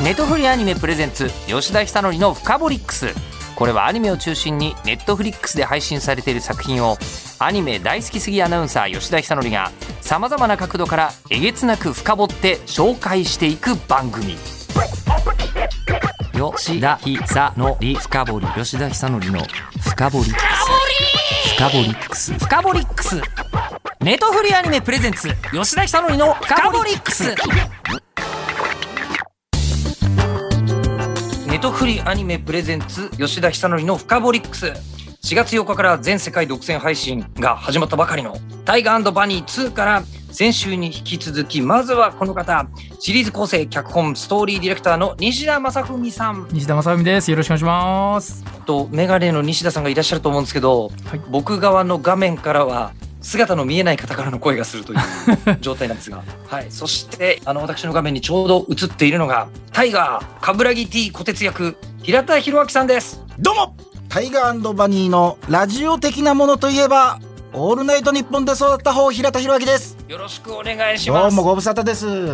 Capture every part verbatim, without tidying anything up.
ネトフリアニメプレゼンツ吉田久典のフカボリックス。これはアニメを中心にネットフリックスで配信されている作品をアニメ大好きすぎアナウンサー吉田久典がさまざまな角度からえげつなく深掘って紹介していく番組。吉田久典深掘り、吉田久典の深掘りックス、深掘りックス、深掘りックス。ネトフリアニメプレゼンツ吉田久典の深掘りックス。ネトフリアニメプレゼンツ吉田久典のフカボリックス。しがつよっかから全世界独占配信が始まったばかりのタイガー&バニーツーから先週に引き続き、まずはこの方、シリーズ構成脚本ストーリーディレクターの西田正文さん。 西田正文です。よろしくお願いします。 とメガネの西田さんがいらっしゃると思うんですけど、はい、僕側の画面からは姿の見えない方からの声がするという状態なんですがはい、そしてあの私の画面にちょうど映っているのがタイガー冠城 T 小鉄役平田博明さんです。 どうも。タイガー&バニーのラジオ的なものといえばオールナイトニッポンで育った方、平田博明です。 よろしくお願いします。 どうもご無沙汰です。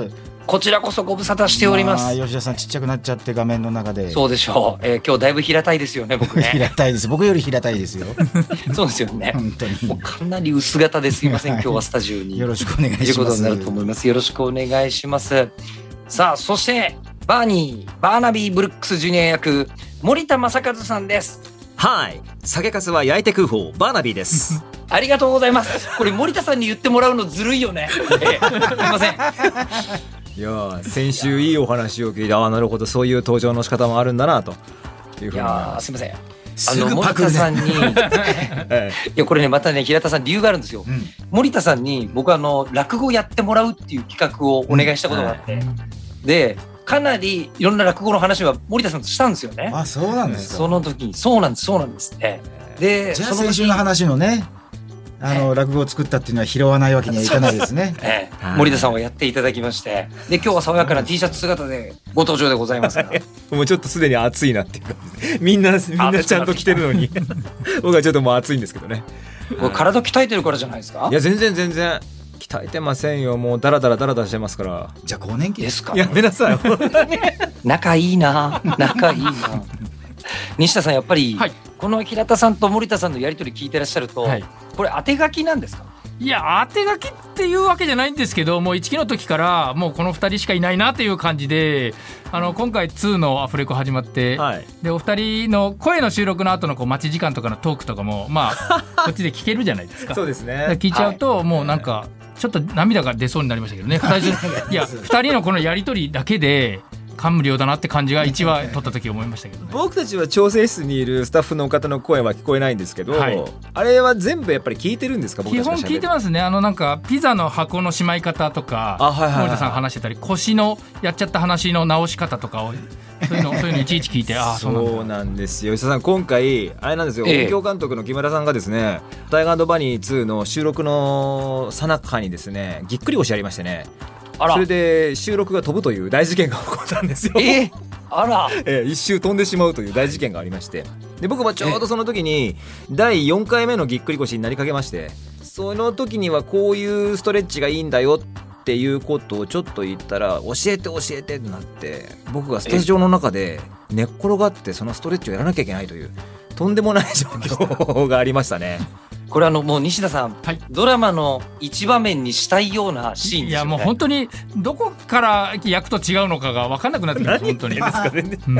こちらこそご無沙汰しております。 まあ、吉田さんちっちゃくなっちゃって画面の中で。 そうでしょう、えー、今日だいぶ平たいですよね僕ね。 平たいです。僕より平たいですよ。 そうですよね。 本当にもうかなり薄型ですいません今日はスタジオによろしくお願いします。 ということになると思います。よろしくお願いします。さあ、そしてバーニーバーナビー・ブルックスジュニア役森田正和さんです。 はい、酒粕は焼いて食う方バーナビーです。 ありがとうございます。これ森田さんに言ってもらうのずるいよね。えー、すいません。 いや先週いいお話を聞いて、ああなるほど、そういう登場の仕方もあるんだなというふうに思います。 すいません、 すぐパクるね。 あの森田さんにいやこれねまたね平田さん理由があるんですよ、うん、森田さんに僕あの落語やってもらうっていう企画をお願いしたことがあって、うんはい、でかなりいろんな落語の話は森田さんとしたんですよね。 あ、そうなんですか。 その時にそうなんですそうなんですね。でじゃあ先週の話のねあの落語を作ったっていうのは拾わないわけにはいかないですね。 ええ、森田さんはやっていただきまして、で今日は爽やかな T シャツ姿でご登場でございますがもうちょっとすでに暑いなっていうかみんなみんなちゃんと着てるのに僕はちょっともう暑いんですけどね。 これ体鍛えてるからじゃないですか。 いや全然全然鍛えてませんよ。もうダラダラダラダラしてますから。 じゃあ更年期ですか。 やめなさい仲いいな仲いいな西田さんやっぱり、はい、この平田さんと森田さんのやり取り聞いてらっしゃると、はい、これ当て書きなんですか。 いや当て書きっていうわけじゃないんですけど、もういちきの時からもうこのふたりしかいないなっていう感じで、あの今回ツーのアフレコ始まって、はい、でお二人の声の収録の後のこう待ち時間とかのトークとかもまあこっちで聞けるじゃないですか。 そうですね。 聞いちゃうと、はい、もうなんかちょっと涙が出そうになりましたけどね。いやふたりのこのやり取りだけで感無量だなって感じがいちわ撮った時思いましたけどね。 僕たちは調整室にいるスタッフの方の声は聞こえないんですけど、はい、あれは全部やっぱり聞いてるんですか。僕たちが基本聞いてますね。あのなんかピザの箱のしまい方とか、はいはいはい、森田さん話してたり腰のやっちゃった話の直し方とかをそういうのそういうのいちいち聞いてあそうなんだ。そうなんですよ。吉田さん今回あれなんですよ、ええ、音響監督の木村さんがですねタイガー&バニーツーの収録の最中にですねぎっくり腰ありましてね、それで収録が飛ぶという大事件が起こったんですよ。 えー、あら、 えー、一周飛んでしまうという大事件がありまして、で僕もちょうどその時にだいよんかいめのぎっくり腰になりかけまして、その時にはこういうストレッチがいいんだよっていうことをちょっと言ったら教えて教えてってなって、僕がスタジオの中で寝っ転がってそのストレッチをやらなきゃいけないというとんでもない状況がありましたね。 これあのもう西田さん、はい、ドラマの一場面にしたいようなシーンですよね。 いやもう本当にどこから役と違うのかが分かんなくなってきます。本当にですかね、 うん、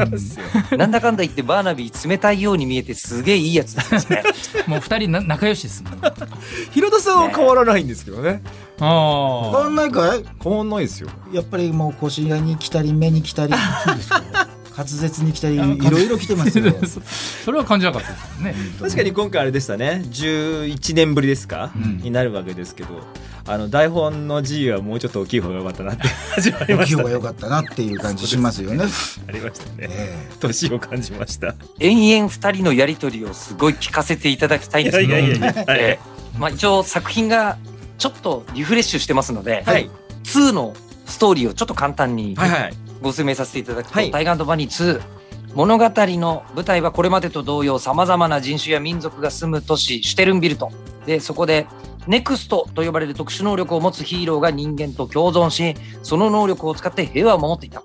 なんだかんだ言ってバーナビー冷たいように見えてすげえいいやつなんですね。 もうふたりな仲良しですもん。 平田さんは変わらないんですけどね。ねあ変わんないかい。 変わんないですよ。 やっぱりもう腰に来たり目に来たり滑舌に来たりいろいろ来てますよ。 それは感じなかったですね。 確かに今回あれでしたね、じゅういちねんぶりですか、うん、になるわけですけど、あの台本の字はもうちょっと大きい方が良かったなって始まりました、ね、大きい方が良かったなっていう感じしますよね。 ありましたね、えー、年を感じました。 延々ふたりのやり取りをすごい聞かせていただきたいんですけど、いやいやいや、えーまあ、一応作品がちょっとリフレッシュしてますので、はい、ツーのストーリーをちょっと簡単に、はいはい、ご説明させていただくと、はい、タイガー&バニーツー物語の舞台はこれまでと同様さまざまな人種や民族が住む都市シュテルンビルトで、そこでネクストと呼ばれる特殊能力を持つヒーローが人間と共存し、その能力を使って平和を守っていた。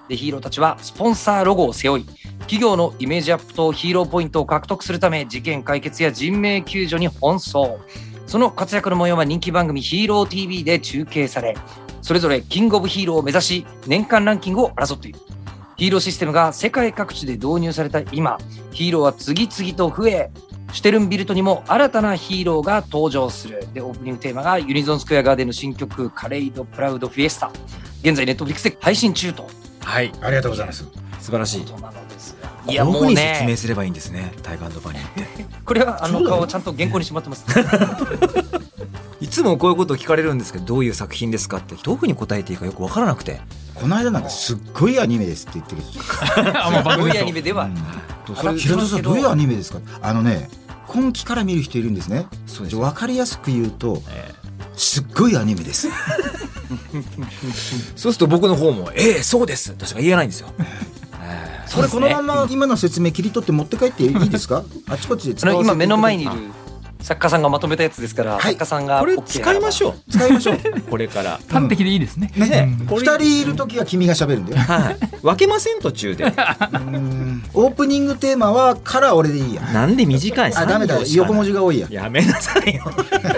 でヒーローたちはスポンサーロゴを背負い、企業のイメージアップとヒーローポイントを獲得するため事件解決や人命救助に奔走。その活躍の模様は人気番組ヒーロー ティーブイ で中継され、それぞれキングオブヒーローを目指し年間ランキングを争っている。ヒーローシステムが世界各地で導入された今、ヒーローは次々と増え、シュテルンビルトにも新たなヒーローが登場する。で、オープニングテーマがユニゾンスクエアガーデンの新曲カレイドプラウドフィエスタ。現在ネットフリックスで配信中と。 はい、 ありがとうございます。 素晴らしい。 いやもうね、 説明すればいいんですね、タイガー&バニーってこれはあの顔をちゃんと原稿にしまってますいつもこういうことを聞かれるんですけど、どういう作品ですかってどういうふうに答えていいかよく分からなくて、 この間なんかすっごいアニメですって言ってるすごいアニメでは、 うん、それ平田さんどういうアニメですか。あのね、今期から見る人いるんですね。そうです。分かりやすく言うと、えー、すっごいアニメですそうすると僕の方もええー、そうですとしか言えないんですよこれこのまま今の説明切り取って持って帰っていいですかあちこちで使わせて今目の前にいる作家さんがまとめたやつですから、はい、作家さんがこれ使いましょう使いましょうこれから端的でいいですね、 うん、ね、うん、ふたりいるときは君が喋るんだよ、 はい、分けません途中でうんオープニングテーマはから俺でいいや。 なんで短い。 あダメだ、横文字が多いや。 やめなさいよ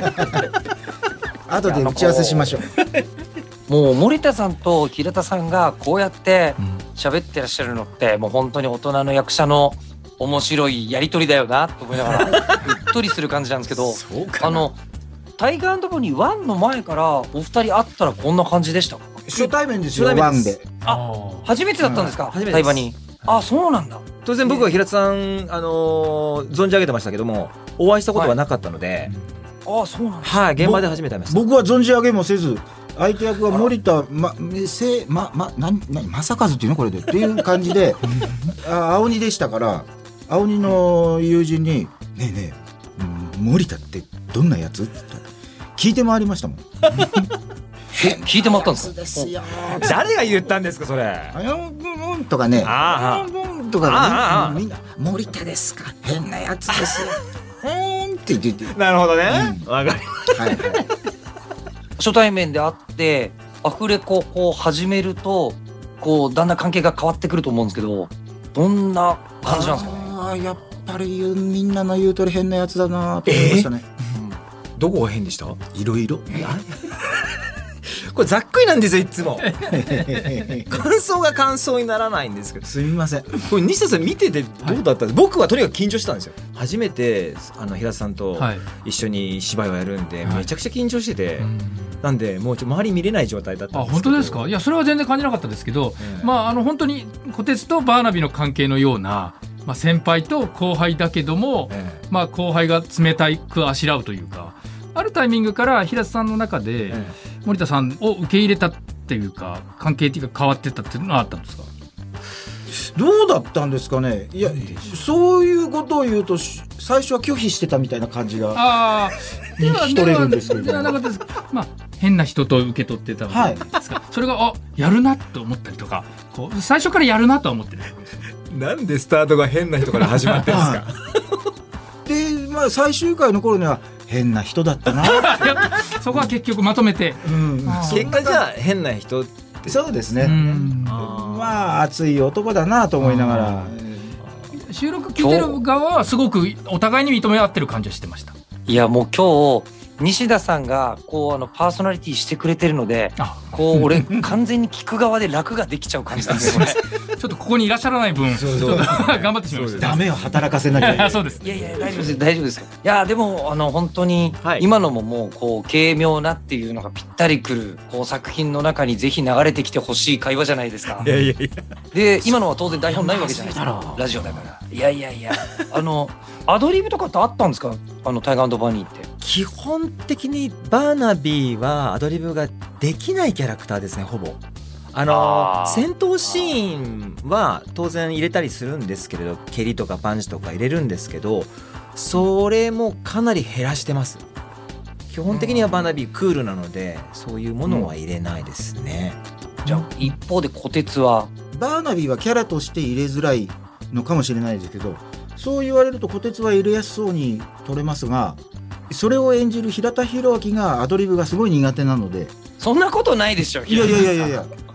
後で打ち合わせしましょうもう森田さんと平田さんがこうやって喋ってらっしゃるのってもう本当に大人の役者の面白いやり取りだよなと思いながらうっとりする感じなんですけどあのタイガー&バニーワンの前からお二人会ったらこんな感じでしたか。 初対面ですよ。ワンであ初めてだったんですか、 うん、 タイバニー。あそうなんだ。 当然僕は平田さん、あのー、存じ上げてましたけどもお会いしたことはなかったので、 はい、あそうなんだ。 はい、現場で初めて会いました。 僕は存じ上げもせず相手役は森田ませままなな正和っていうのこれでっていう感じであ青鬼でしたから、青鬼の友人に「ねえねえ、うん、森田ってどんなやつ?」って聞いて回りましたもん聞いてもらったんですか。 ですよ誰が言ったんですかそれ。 あやぶんとかね、ああとかね、みんな森田ですか変なやつですよへんって言って。 なるほどね、わ、うん、かりました、はいはい初対面で会ってアフレコを始めるとこうだんだん関係が変わってくると思うんですけど、どんな感じなんですかね。 あやっぱりみんなの言う通り変なやつだなと思いましたね、 えーうん、どこが変でした。 いろいろこれざっくりなんですよいつも感想が感想にならないんですけど、 すみません。 これ西田さん見ててどうだったんですか。はい、僕はとにかく緊張したんですよ。初めてあの平田さんと一緒に芝居をやるんで、はい、めちゃくちゃ緊張してて、はい、なんでもうちょ周り見れない状態だったんですけど。 あ本当ですか。いやそれは全然感じなかったですけど、えー、まああの本当に小鉄とバーナビの関係のような、まあ、先輩と後輩だけども、えーまあ、後輩が冷たくあしらうというか、あるタイミングから平田さんの中で森田さんを受け入れたっていうか関係っていうか変わってったっていうのはあったんですか。 どうだったんですかね。いやそういうことを言うと最初は拒否してたみたいな感じがあ聞き取れるんですけど、ね、 まあ変な人と受け取ってたわけですか、はい、それがあやるなと思ったりとかこう最初からやるなとは思ってる。 なんでスタートが変な人から始まってるんですかで、まあ、最終回の頃には変な人だったなそこは結局まとめて、 うん、結果じゃあ変な人ってそうですね。まあ熱い男だなと思いながら収録聞いてる側はすごくお互いに認め合ってる感じはしてました。 いやもう今日西田さんがこうあのパーソナリティしてくれてるのでこう俺完全に聞く側で楽ができちゃう感じなんですよねちょっとここにいらっしゃらない分そうそう頑張ってしまいました。 ダメよ働かせなきゃいけないそうです。 いやいや大丈夫です大丈夫ですよ。いやでもあの本当に今のももうこう軽妙なっていうのがぴったりくるこう作品の中にぜひ流れてきてほしい会話じゃないですか。 いやいやいやで今のは当然台本ないわけじゃないですかラジオだから。いやいやいやあのアドリブとかってあったんですかあのタイガー&バニーって。 基本的にバーナビーはアドリブができないキャラクターですねほぼ。あのあ戦闘シーンは当然入れたりするんですけれど蹴りとかパンチとか入れるんですけどそれもかなり減らしてます。基本的にはバーナビークールなのでそういうものは入れないですね、 うん、じゃあ一方で小鉄はバーナビーはキャラとして入れづらいのかもしれないですけどそう言われると小鉄は入れやすそうに取れますがそれを演じる平田博明がアドリブがすごい苦手なので。 そんなことないでしょ。 いやいやいやいや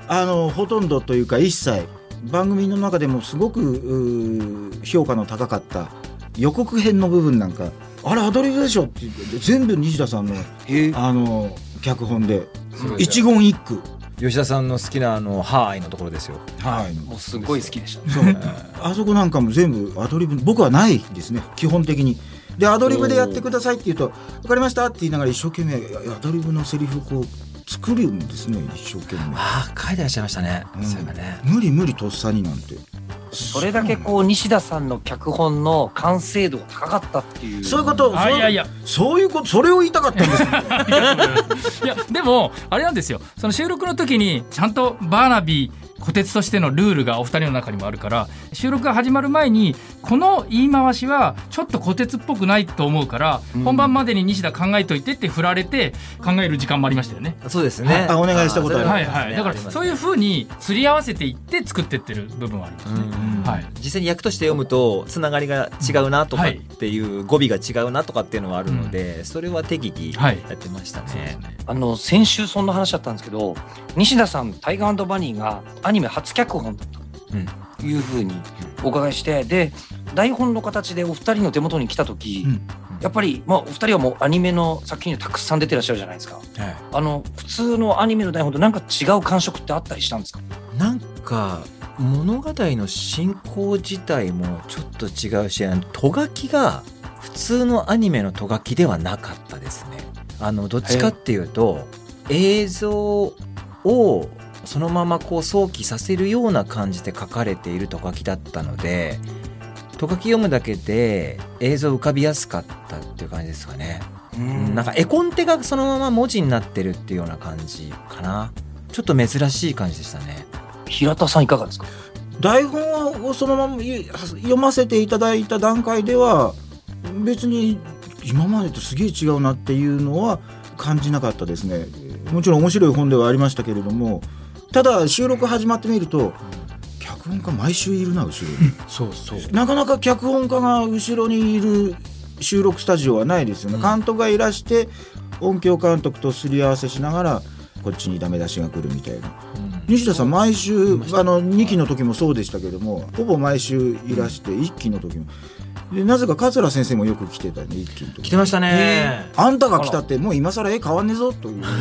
あのほとんどというか一切番組の中でもすごく評価の高かった予告編の部分なんかあれアドリブでしょって全部西田さんのあの脚本で一言一句吉田さんの好きなあのハーイのところですよ。 はい、もうすごい好きでした。 そうあそこなんかも全部アドリブ僕はないですね基本的に。でアドリブでやってくださいって言うと分かりましたって言いながら一生懸命アドリブのセリフをこう作るんですね一生懸命。 ああ書いてらっしゃいましたね、うん、そういえばね。 無理無理とっさになんてそれだけこう西田さんの脚本の完成度が高かったっていう。 そういうことあいやいやそういうことそれを言いたかったんですいやでもあれなんですよその収録の時にちゃんとバーナビー虎鉄としてのルールがお二人の中にもあるから収録が始まる前にこの言い回しはちょっと虎鉄っぽくないと思うから、うん、本番までに西田考えといてって振られて考える時間もありましたよね。 そうですね、 あお願いしたことある。 はいはい、だからそういう風にすり合わせていって作ってってる部分はありますね、うんはい、 実際に役として読むとつながりが違うなとかっていう語尾が違うなとかっていうのはあるので、うん、それは適宜やってましたね、はい、ねあの先週そんな話だったんですけど西田さんタイガー&バニーがアニメ初脚本だったというふうにお伺いしてで台本の形でお二人の手元に来た時、うん、やっぱり、まあ、お二人はもうアニメの作品にたくさん出てらっしゃるじゃないですか、はい、あの普通のアニメの台本となんか違う感触ってあったりしたんですか？ なんか物語の進行自体もちょっと違うしとがきが普通のアニメのとがきではなかったですね。あのどっちかっていうと映像をそのままこう想起させるような感じで書かれているとがきだったのでとがき読むだけで映像浮かびやすかったっていう感じですかね。うんなんか絵コンテがそのまま文字になってるっていうような感じかな。ちょっと珍しい感じでしたね。 平田さんいかがですか？ 台本をそのまま読ませていただいた段階では別に今までとすげえ違うなっていうのは感じなかったですね。もちろん面白い本ではありましたけれどもただ収録始まってみると脚本家毎週いるな後ろにそうそうなかなか脚本家が後ろにいる収録スタジオはないですよね、うん、監督がいらして音響監督とすり合わせしながらこっちにダメ出しが来るみたいな、うん、西田さん毎週あのにきの時もそうでしたけどもほぼ毎週いらしていっきの時もでなぜか桂先生もよく来てたねいっきの時来てましたね。 あんたが来たってもう今更絵変わんねえぞという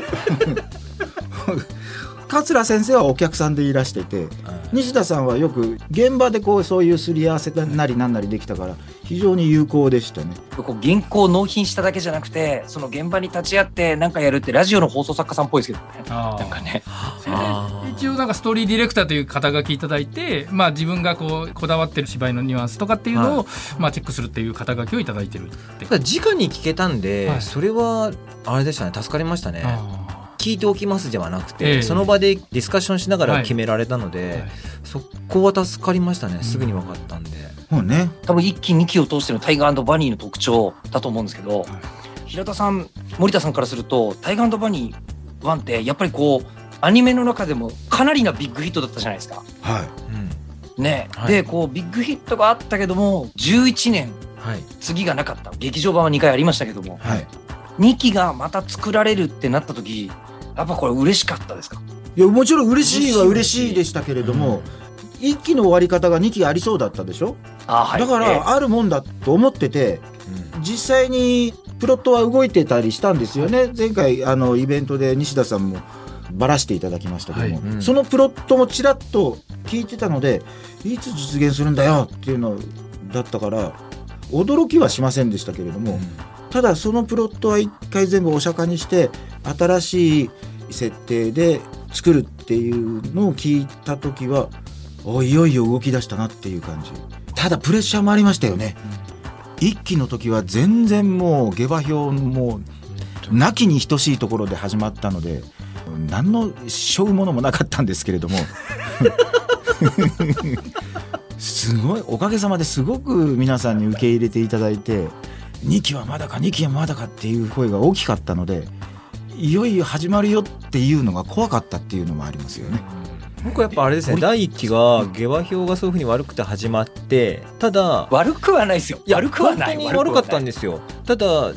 桂先生はお客さんでいらしてて、うん、西田さんはよく現場でこうそういうすり合わせなりなんなりできたから非常に有効でしたね。 こう原稿を納品しただけじゃなくてその現場に立ち会って何かやるってラジオの放送作家さんっぽいですけどね。なんかね一応なんかストーリーディレクターという肩書きいただいて、まあ、自分がこうこだわってる芝居のニュアンスとかっていうのを、はいまあ、チェックするっていう肩書きをいただいてるって。 直に聞けたんで、はい、それはあれでしたね助かりましたね。聞いておきますではなくて、えー、その場でディスカッションしながら決められたので、はいはい、そこは助かりましたね。すぐに分かったんで、 うんね、 多分いっきにきを通してのタイガー&バニーの特徴だと思うんですけど、はい、平田さん森田さんからするとタイガー&バニーワンってやっぱりこうアニメの中でもかなりなビッグヒットだったじゃないですか。 はいうんねはい、でこうビッグヒットがあったけどもじゅういちねん、はい、次がなかった。劇場版はにかいありましたけども、はい、にきがまた作られるってなった時やっぱこれ嬉しかったですか？ いやもちろん嬉しいは嬉しいでしたけれども、うん、いっきの終わり方がにきありそうだったでしょ。あ、はい、だからあるもんだと思ってて、うん、実際にプロットは動いてたりしたんですよね。前回あのイベントで西田さんもばらしていただきましたけども、はいうん、そのプロットもちらっと聞いてたのでいつ実現するんだよっていうのだったから驚きはしませんでしたけれども、うん、ただそのプロットは一回全部お釈迦にして新しい設定で作るっていうのを聞いた時はおいよいよ動き出したなっていう感じ。ただプレッシャーもありましたよね、うん、一期の時は全然もう下馬評もなきに等しいところで始まったので何のしょうものもなかったんですけれどもすごいおかげさまですごく皆さんに受け入れていただいてにきはまだかにきはまだかっていう声が大きかったのでいよいよ始まるよっていうのが怖かったっていうのもありますよね。 僕はやっぱあれですねだいいっきが下馬評がそういう風に悪くて始まってただ悪くはないですよ。悪くはない本当に悪かったんですよ。ただ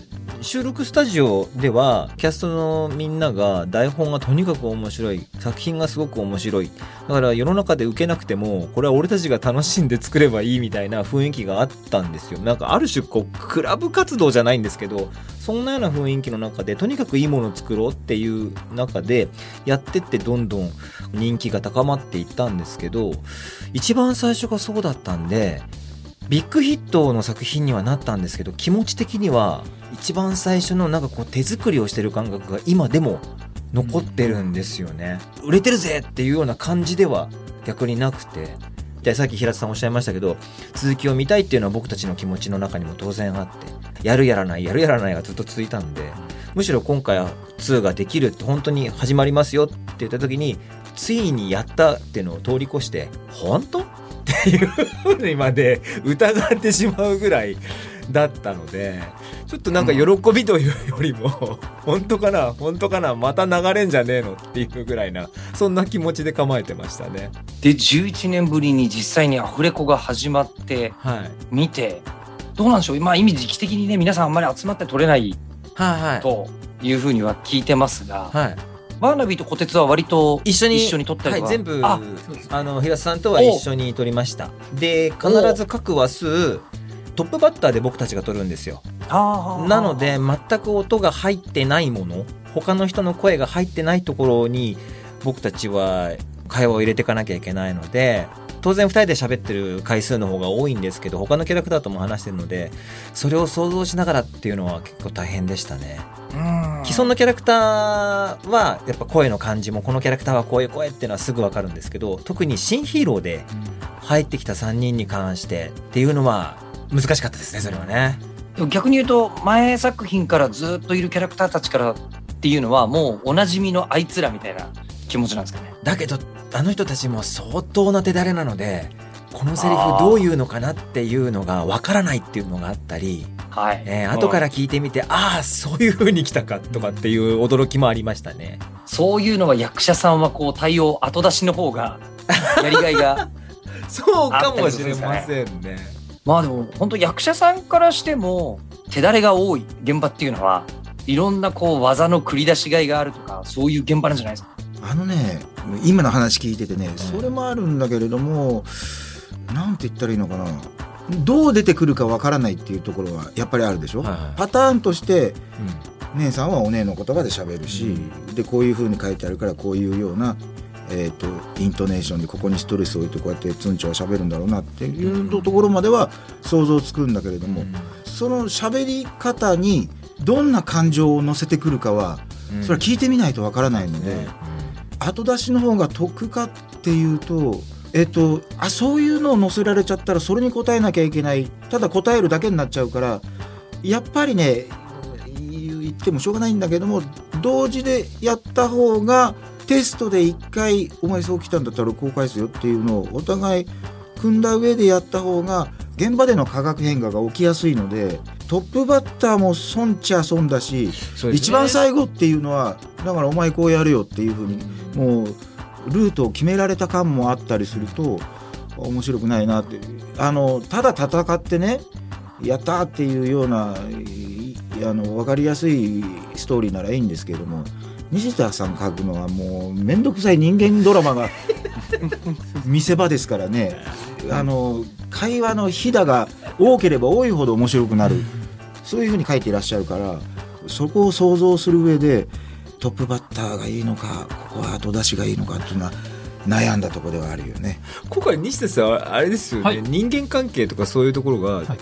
収録スタジオではキャストのみんなが台本がとにかく面白い、作品がすごく面白い、だから世の中で受けなくてもこれは俺たちが楽しんで作ればいいみたいな雰囲気があったんですよ。なんかある種こうクラブ活動じゃないんですけど、そんなような雰囲気の中でとにかくいいものを作ろうっていう中でやってってどんどん人気が高まっていったんですけど、一番最初がそうだったんでビッグヒットの作品にはなったんですけど、気持ち的には一番最初のなんかこう手作りをしてる感覚が今でも残ってるんですよね。売れてるぜっていうような感じでは逆になくて、でさっき平田さんおっしゃいましたけど、続きを見たいっていうのは僕たちの気持ちの中にも当然あって、やるやらないやるやらないがずっと続いたんで、むしろ今回はにができるって本当に始まりますよって言った時に、ついにやったっていうのを通り越して本当っていうふうにまで疑ってしまうぐらいだったので、ちょっとなんか喜びというよりも、うん、本当かな本当かなまた流れんじゃねえのっていうぐらいな、そんな気持ちで構えてましたね。 でじゅういちねんぶりに実際にアフレコが始まって見て、はい、どうなんでしょう、まあ意味時期的にね皆さんあんまり集まって撮れないというふうには聞いてますが、はい、バーナビーと小鉄は割と一緒に一緒に撮ったりとか、 はい、全部ああの平田さんとは一緒に撮りました。で必ず各話数トップバッターで僕たちが撮るんですよ。なので全く音が入ってないもの、他の人の声が入ってないところに僕たちは会話を入れていかなきゃいけないので、当然ふたりで喋ってる回数の方が多いんですけど、他のキャラクターとも話してるので、それを想像しながらっていうのは結構大変でしたね。既存のキャラクターはやっぱ声の感じもこのキャラクターはこういう声っていうのはすぐ分かるんですけど、特に新ヒーローで入ってきたさんにんに関してっていうのは難しかったですね。それはね。 でも逆に言うと前作品からずっといるキャラクターたちからっていうのはもうおなじみのあいつらみたいな気持ちなんですかね。 だけどあの人たちも相当な手だれなので、このセリフどういうのかなっていうのがわからないっていうのがあったり、はいえー、後から聞いてみて、ああそういう風に来たかとかっていう驚きもありましたね。 そういうのは役者さんはこう対応後出しの方がやりがいがそうかもしれませんね。 まあでも本当役者さんからしても手だれが多い現場っていうのはいろんなこう技の繰り出しがいがあるとか、そういう現場なんじゃないですか。 あのね今の話聞いててね、それもあるんだけれども、なんて言ったらいいのかな、どう出てくるかわからないっていうところはやっぱりあるでしょ、はいはい、パターンとして、うん、姉さんはお姉の言葉で喋るし、うん、でこういう風に書いてあるからこういうような、えーと、イントネーションでここにストレスを置いてこうやってツンチョは喋るんだろうなっていうところまでは想像つくんだけれども、うん、その喋り方にどんな感情を乗せてくるかは、うん、それは聞いてみないとわからないので、うん、後出しの方が得かっていうと、えっと、あそういうのを載せられちゃったらそれに答えなきゃいけない、ただ答えるだけになっちゃうから、やっぱりね言ってもしょうがないんだけども、同時でやった方がテストで一回お前そう来たんだったらこう返すよっていうのをお互い組んだ上でやった方が現場での化学変化が起きやすいので、トップバッターも損っちゃ損だし、ね、一番最後っていうのはだからお前こうやるよっていう風にもうルートを決められた感もあったりすると面白くないなって、あのただ戦ってねやったっていうようなあの分かりやすいストーリーならいいんですけれども、西田さん書くのはもうめんどくさい人間ドラマが見せ場ですからね、あの会話のひだが多ければ多いほど面白くなる、そういう風に書いていらっしゃるから、そこを想像する上でトップバッターがいいのかここは後出しがいいのかっていうのは悩んだところではあるよね。 今回西田さんあれですよね、はい、人間関係とかそういうところが、はい、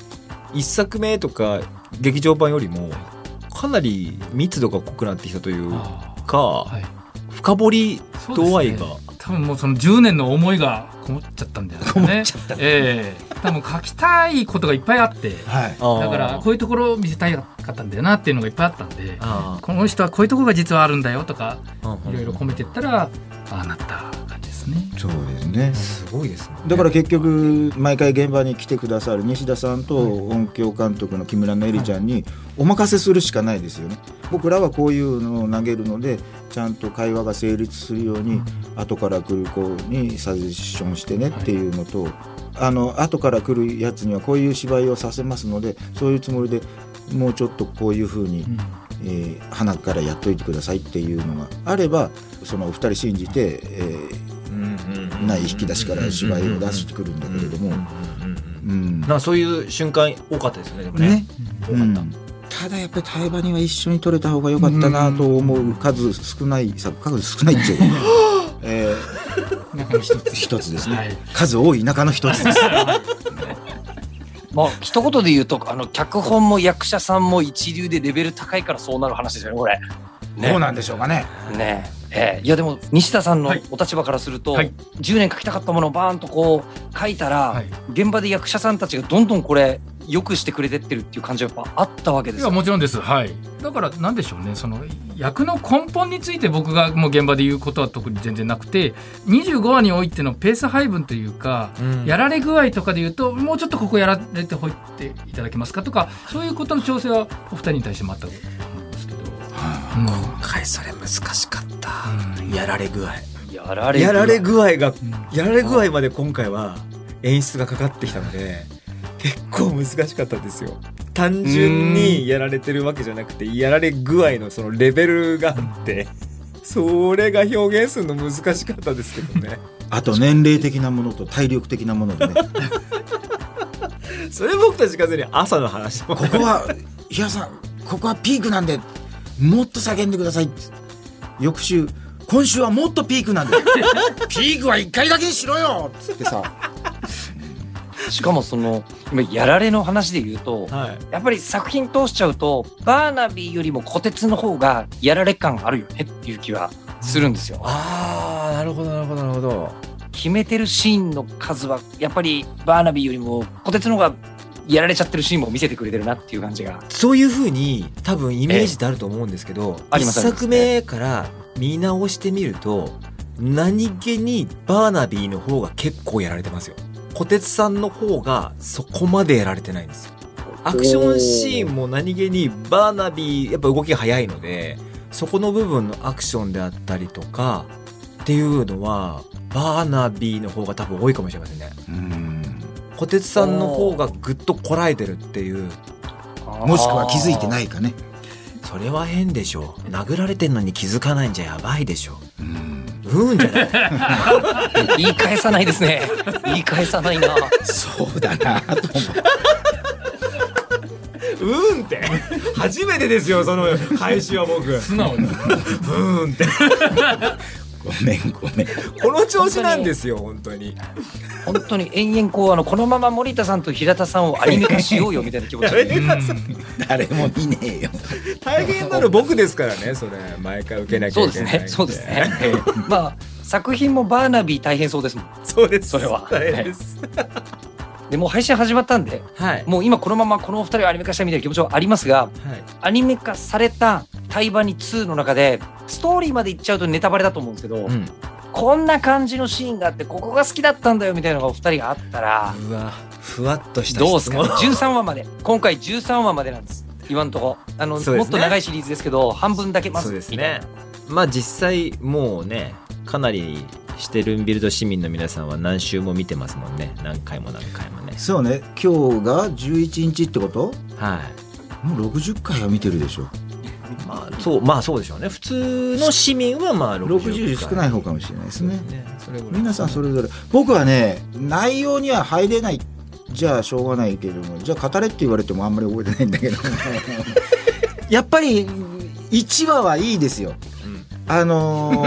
いっさくめとか劇場版よりもかなり密度が濃くなってきたというか、はい、深掘り度合いが、ね、 多分もうそのじゅうねんの思いがこもっちゃったんだよね。こもっちゃった、えー、多分書きたいことがいっぱいあって、はい、だからこういうところを見せたいかったんだよなっていうのがいっぱいあったんで、この人はこういうところが実はあるんだよとかいろいろ込めていったらああなった感じですね。 そうですね、 すごいですね。 だから結局毎回現場に来てくださる西田さんと音響監督の木村ねりちゃんにお任せするしかないですよね。僕らはこういうのを投げるのでちゃんと会話が成立するように後から来る子にサジェッションしてねっていうのと、あの後から来るやつにはこういう芝居をさせますのでそういうつもりでもうちょっとこういうふうに、うんえー、花からやっといてくださいっていうのがあればそのお二人信じて、えー、ない引き出しから芝居を出してくるんだけれどもなんかそういう瞬間多かったですよねでもね、ね多かった、うんただやっぱりタイバニは一緒に撮れた方が良かったなと思う数少ない数少ないっていうか、えー、中の一つ一つですね、はい、数多い中の一つですまあ一言で言うとあの脚本も役者さんも一流でレベル高いからそうなる話ですよねこれねどうなんでしょうかねねえー、いやでも西田さんのお立場からすると、はい、じゅうねん書きたかったものをバーンとこう書いたら、はい、現場で役者さんたちがどんどんこれよくしてくれてってるっていう感じはやっぱあったわけですよ。 いやもちろんです、はい、だからなんでしょうねその役の根本について僕がもう現場で言うことは特に全然なくてにじゅうごわにおいてのペース配分というか、うん、やられ具合とかで言うともうちょっとここやられておいていただけますかとかそういうことの調整はお二人に対して全くですけど、 はあうん、今回それ難しかった、うん、やられ具合やられ具合やられ具合が、うん、やられ具合まで今回は演出がかかってきたので結構難しかったですよ。単純にやられてるわけじゃなくてやられ具合のそのレベルがあってそれが表現するの難しかったですけどねあと年齢的なものと体力的なものでねそれ僕たち完全に朝の話ここは日野さんここはピークなんでもっと叫んでくださいって翌週今週はもっとピークなんでピークはいっかいだけにしろよっつってさしかもその今やられの話で言うと、はい、やっぱり作品通しちゃうとバーナビーよりも虎鉄の方がやられ感あるよねっていう気はするんですよ、うん、 あーなるほどなるほどなるほど決めてるシーンの数はやっぱりバーナビーよりも虎鉄の方がやられちゃってるシーンも見せてくれてるなっていう感じがそういう風に多分イメージってあると思うんですけど、えー、いっさくめから見直してみると何気にバーナビーの方が結構やられてますよ。虎鉄さんの方がそこまでやられてないんですよ。アクションシーンも何気にバーナビーやっぱ動きが速いのでそこの部分のアクションであったりとかっていうのはバーナビーの方が多分多いかもしれませんね。うん虎鉄さんの方がぐっとこらえてるっていうもしくは気づいてないかね。 それは変でしょう。殴られてんのに気づかないんじゃやばいでしょう。うんうんじゃない言い返さないですね。言い返さないな。 そうだなと思ううんって初めてですよその返しは僕素直にうんってごめんごめんこの調子なんですよ本当に本当に延々こうあのこのまま森田さんと平田さんをアニメ化しようよみたいな気持ちで誰も見ねえよ大変なの僕ですからねそれ毎回受けなきゃいけない。 そうですねそうですね、えー、まあ作品もバーナビー大変そうですもん。 そうですそれは大変です、ね、 でもう配信始まったんで、はい、もう今このままこのお二人をアニメ化したいみたいな気持ちはありますが、はい、アニメ化されたタイバニツーの中でストーリーまでいっちゃうとネタバレだと思うんですけど、うん、こんな感じのシーンがあってここが好きだったんだよみたいなのがお二人があったらうわふわっとしたどうですか、ね、じゅうさんわまで今回じゅうさんわまでなんです今のところあの、ね、もっと長いシリーズですけど半分だけまずそうですね。まあ実際もうねかなりシュテルンビルド市民の皆さんは何週も見てますもんね。何回も何回もね。 そうね今日がじゅういちにちってこと？ はいもうろくじゅっかいは見てるでしょ。 まあそうまあそうでしょうね。普通の市民はまあろくじゅっかいろくじゅう少ない方かもしれないですね。それ皆さんそれぞれ僕はね内容には入れないじゃあしょうがないけれどもじゃあ語れって言われてもあんまり覚えてないんだけどやっぱりいちわはいいですよ、うん、あの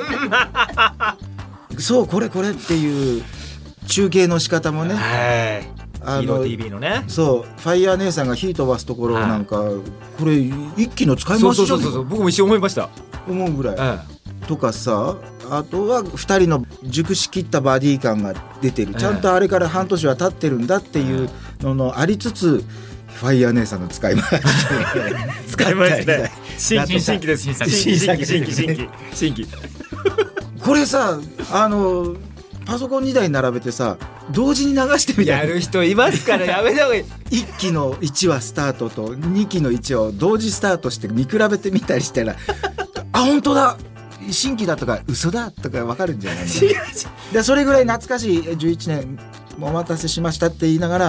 ー、そうこれこれっていう中継の仕方もねはいあのヒーロー ティービー のねそうファイヤー姉さんが火飛ばすところなんか、はい、これ一気の使い回しじゃん。 そうそうそうそう僕も一瞬思いました思うぐらい、はい、とかさあとはふたりの熟しきったバディ感が出てるちゃんとあれから半年は経ってるんだっていうののありつつファイヤー姉さんの使い回し使い回しね新規新規です新規新規新規新規新規これさあのパソコンにだい並べてさ同時に流してみたいやる人いますからやめた方がいいいっきのいちわスタートとにきのいちわを同時スタートして見比べてみたりしたらあ本当だ新規だとか嘘だとか分かるんじゃないのでそれぐらい懐かしいじゅういちねんお待たせしましたって言いながら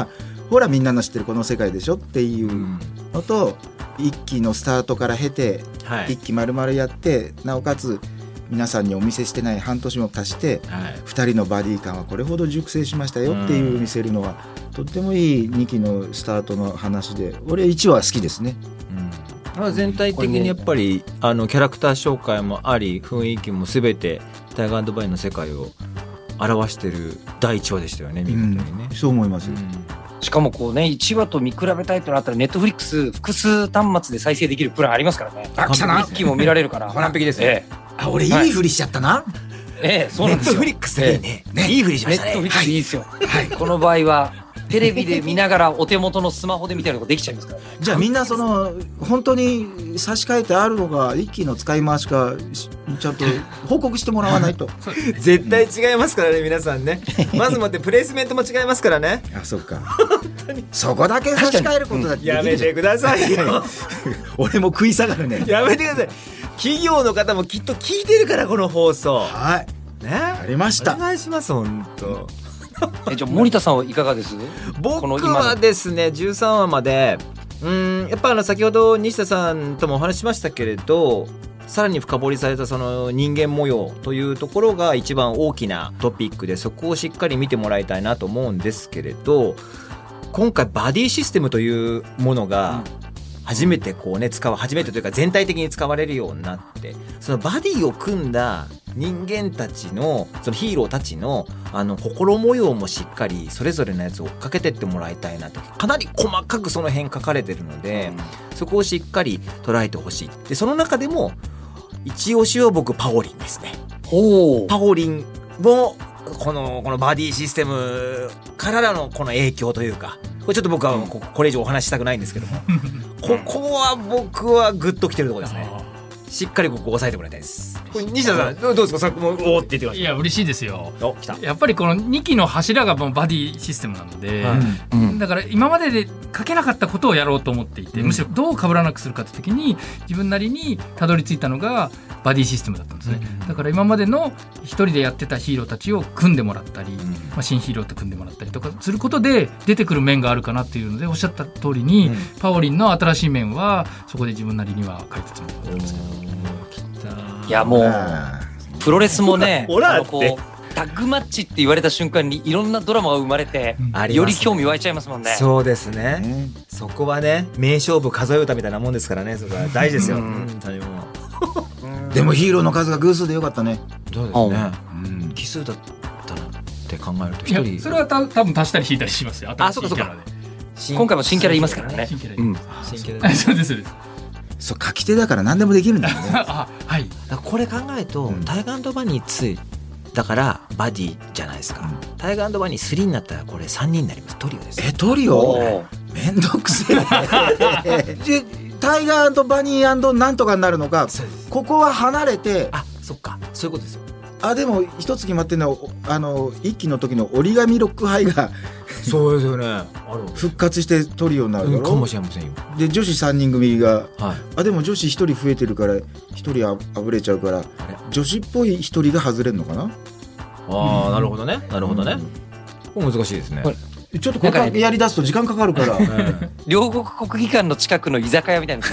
ほらみんなの知ってるこの世界でしょっていうのと、一期のスタートから経て、はい、一期丸々やってなおかつ皆さんにお見せしてない半年も足して、はい、ふたりのバディ感はこれほど熟成しましたよっていう見せるのは、うん、とってもいいにきのスタートの話で俺いちわ好きですね。 うん、全体的にやっぱりあのキャラクター紹介もあり雰囲気も全てタイガー&バイの世界を表しているだいいちわでしたよね、見事にね、 うん、そう思います、うん、 しかもこうねいちわと見比べたいとなったらネットフリックス複数端末で再生できるプランありますからね。 あ、来たな。 一期も見られるから完璧ですね、ええ、 あ、俺いいふりしちゃったな、 ええ、そうなんですよ。 ネットフリックスでいいね、ええ、ね、いいふりしましたね。 ネットフリックスいいですよ、はい、この場合はテレビで見ながらお手元のスマホで見たりとかできちゃいますから、ね、 じゃあみんなその本当に差し替えてあるのが一気の使い回しかちゃんと報告してもらわないと絶対違いますからね皆さんね。まずもってプレイスメントも違いますからね。 あ、そうかそこだけ差し替えることだってできる、 やめてくださいよ俺も食い下がるね。 やめてください。企業の方もきっと聞いてるからこの放送、 はい、ね、ありました。 お願いします本当。 え、じゃあ森田さんはいかがです？ 僕はですねじゅうさんわまでうーんやっぱあの先ほど西田さんともお話ししましたけれど、さらに深掘りされたその人間模様というところが一番大きなトピックで、そこをしっかり見てもらいたいなと思うんですけれど、今回バディシステムというものが初めてこうね使う初めてというか全体的に使われるようになって、そのバディを組んだ人間たちのそのヒーローたちのあの心模様もしっかりそれぞれのやつを追っかけてってもらいたいなと。かなり細かくその辺書かれてるので、うん、そこをしっかり捉えてほしい。でその中でも一押しは僕パオリンですね。 ほう、 パオリンもこのこのバディシステムからのこの影響というか、これちょっと僕はここれ以上お話ししたくないんですけどもここは僕はグッときてるところですね。しっかりここ押さえてもらいたいです。これ西田さんどうですか？さっきもおーって言ってました。 いや嬉しいですよ。 お、来た。 やっぱりこのにきの柱がもうバディシステムなので、うん、だから今までで書けなかったことをやろうと思っていて、うん、むしろどう被らなくするかって時に自分なりにたどり着いたのがバディシステムだったんですね、うん、だから今までの一人でやってたヒーローたちを組んでもらったり、うん、まあ、新ヒーローと組んでもらったりとかすることで出てくる面があるかなっていうので、おっしゃった通りに、うん、パオリンの新しい面はそこで自分なりには書いたつもりでございますけど、 いやもうプロレスもねあのこうタッグマッチって言われた瞬間にいろんなドラマが生まれて、うん、より興味湧いちゃいますもんね。 そうですね、うん、そこはね名勝負数え歌みたいなもんですからね、そこは大事ですよ、うん、 でもヒーローの数が偶数でよかったね。 そうですね、うん、奇数だったなって考えると一人、 それはた多分足したり引いたりしますよ。 あ、そうかそうか、 今回も新キャラいますからね。 新キャラいます、うん、新キャラそうですそうです。 そう、書き手だから何でもできるんだよねあ、はい、 だこれ考えると、うん、タイガー&バニーツーだからバディじゃないですか、うん、タイガー&バニースリーになったらこれさんにんになります。トリオです。 え、トリオめんどくせえタイガー&バニー&なんとかになるのか、ここは離れて、 あ、そっか、そういうことですよ。 あ、でも一つ決まってるのはあの一期の時の折り紙ロックハイがそうですよね、ある復活してトリオになるだろ、うん、 かもしれませんよ。で女子さんにん組が、はい、あ、でも女子ひとり増えてるからひとりあぶれちゃうから女子っぽいひとりが外れるのかな。 あ、うん、なるほどね、なるほどね、うん、難しいですね。 ちょっとこれやりだすと時間かかるから両国国技館の近くの居酒屋みたいな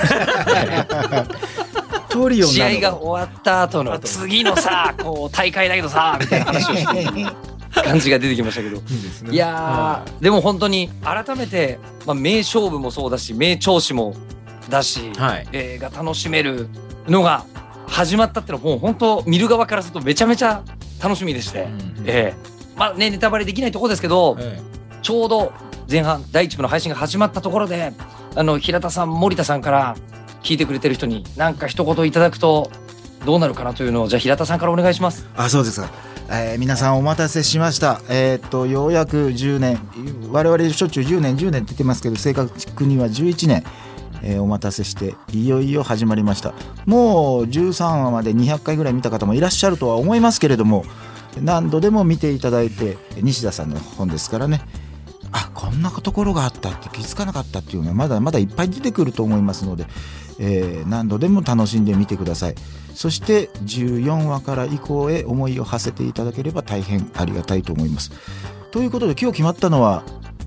トリオ試合が終わった後の次のさこう大会だけどさみたいな話をして感じが出てきましたけど、いいですね。いやー、でも本当に改めて、まあ、名勝負もそうだし名調子もだし、はい、映画楽しめるのが始まったってのはもう本当見る側からするとめちゃめちゃ楽しみでして、うん、えー、まあねネタバレできないところですけど、ええ、ちょうど前半だいいち部の配信が始まったところであの平田さん森田さんから聞いてくれてる人に何か一言いただくとどうなるかなというのを、じゃあ平田さんからお願いします。 あ、そうですか、えー、皆さんお待たせしました。えー、っとようやくじゅうねん、我々しょっちゅうじゅうねんじゅうねんって言ってますけど正確にはじゅういちねん、えー、お待たせしていよいよ始まりました。もうじゅうさんわまでにひゃっかいぐらい見た方もいらっしゃるとは思いますけれども、何度でも見ていただいて、西田さんの本ですからね、あ、こんなところがあったって気づかなかったっていうのはまだまだいっぱい出てくると思いますので、えー、何度でも楽しんでみてください。そしてじゅうよんわから以降へ思いを馳せていただければ大変ありがたいと思います。ということで今日決まったのは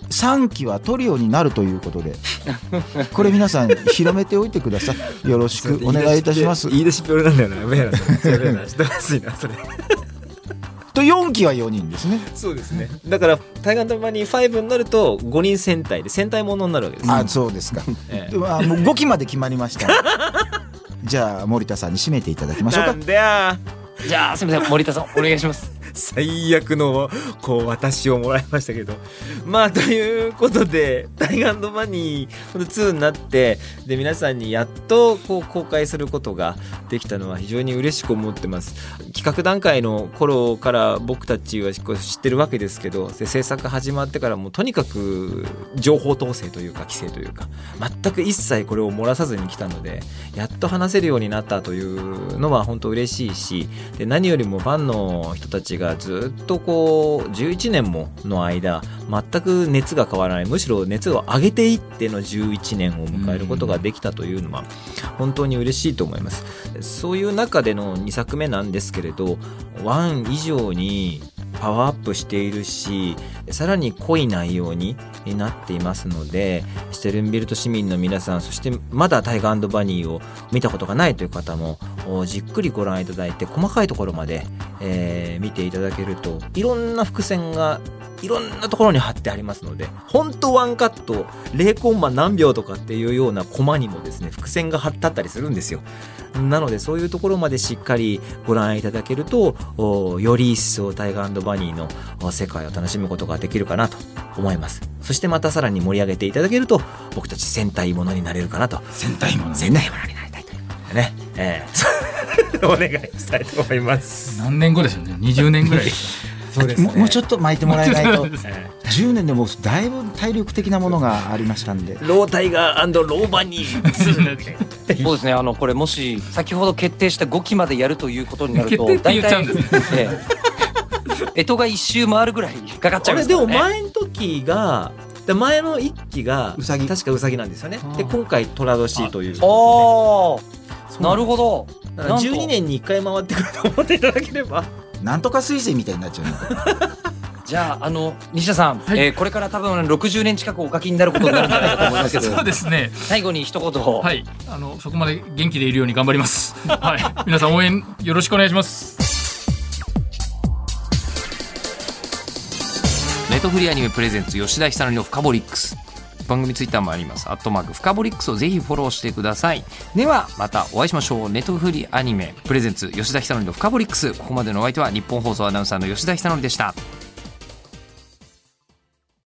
さんきはトリオになるということでこれ皆さん広めておいてください。よろしくお願いいたします。 言い出しっぺ俺なんだよな、上原さん。それな、ちょっとまずいなそれ。 とよんきはよにんですね。 そうですね。だからタイガーバニーごになるとごにん戦隊で戦隊ものになるわけです。 あ、そうですか。ええ、でももうごきまで決まりました。じゃあ森田さんに締めていただきましょうか。 なんでや。 じゃあすみません、森田さんお願いします。 最悪のこう私をもらいましたけど、まあということでタイガー&バニーにになって、で皆さんにやっとこう公開することができたのは非常に嬉しく思ってます。企画段階の頃から僕たちは知ってるわけですけど、で制作始まってからもうとにかく情報統制というか規制というか全く一切これを漏らさずに来たので、やっと話せるようになったというのは本当嬉しいし、で何よりもファンの人たちがずっとこうじゅういちねんもの間全く熱が変わらない、むしろ熱を上げていってのじゅういちねんを迎えることができたというのは本当に嬉しいと思います。そういう中でのにさくめなんですけれど、ワン以上にパワーアップしているし、さらに濃い内容になっていますので、シュテルンビルト市民の皆さん、そしてまだタイガー&バニーを見たことがないという方もじっくりご覧いただいて、細かいところまで、えー、見ていただけると、いろんな伏線がいろんなところに貼ってありますので、本当ワンカットゼロコンマ何秒とかっていうようなコマにもですね、伏線が貼ってあったりするんですよ。なのでそういうところまでしっかりご覧いただけると、より一層タイガー&バニーの世界を楽しむことができるかなと思います。そしてまたさらに盛り上げていただけると、僕たち戦隊ものになれるかなと。 戦隊もの戦隊ものになりたいということでね、えー、お願いしたいと思います。 何年後ですよね。にじゅうねんぐらい。 そうですね、も, もうちょっと巻いてもらえないとじゅうねんでもだいぶ体力的なものがありましたんで、 ロータイガー&ローバニーそうですね、あのこれもし先ほど決定したごきまでやるということになると、 決定って言っちゃうんですね。 えとが一周回るぐらいかかっちゃいますからね。 でも前の時が前の一期がうさぎ、 確かウサギなんですよね。で今回寅年という。 ああ、なるほど。 だからじゅうにねんにいっかい回ってくると思っていただければ、 なんとか彗星みたいになっちゃうね。 じゃあ、あの西田さん、 はい、 えー、これから多分ろくじゅうねん近くお書きになることになるんじゃないかと思いますけどそうですね、 最後に一言を。 はい、あのそこまで元気でいるように頑張ります。はい、皆さん応援よろしくお願いします。 ネットフリーアニメプレゼンツ吉田ひさのりのフカボリックス、番組ツイッターもあります。アットマークフカボリックスをぜひフォローしてください。ではまたお会いしましょう。ネットフリーアニメプレゼンツ吉田ひさのりのフカボリックス、ここまでのお相手は日本放送アナウンサーの吉田ひさのりでした。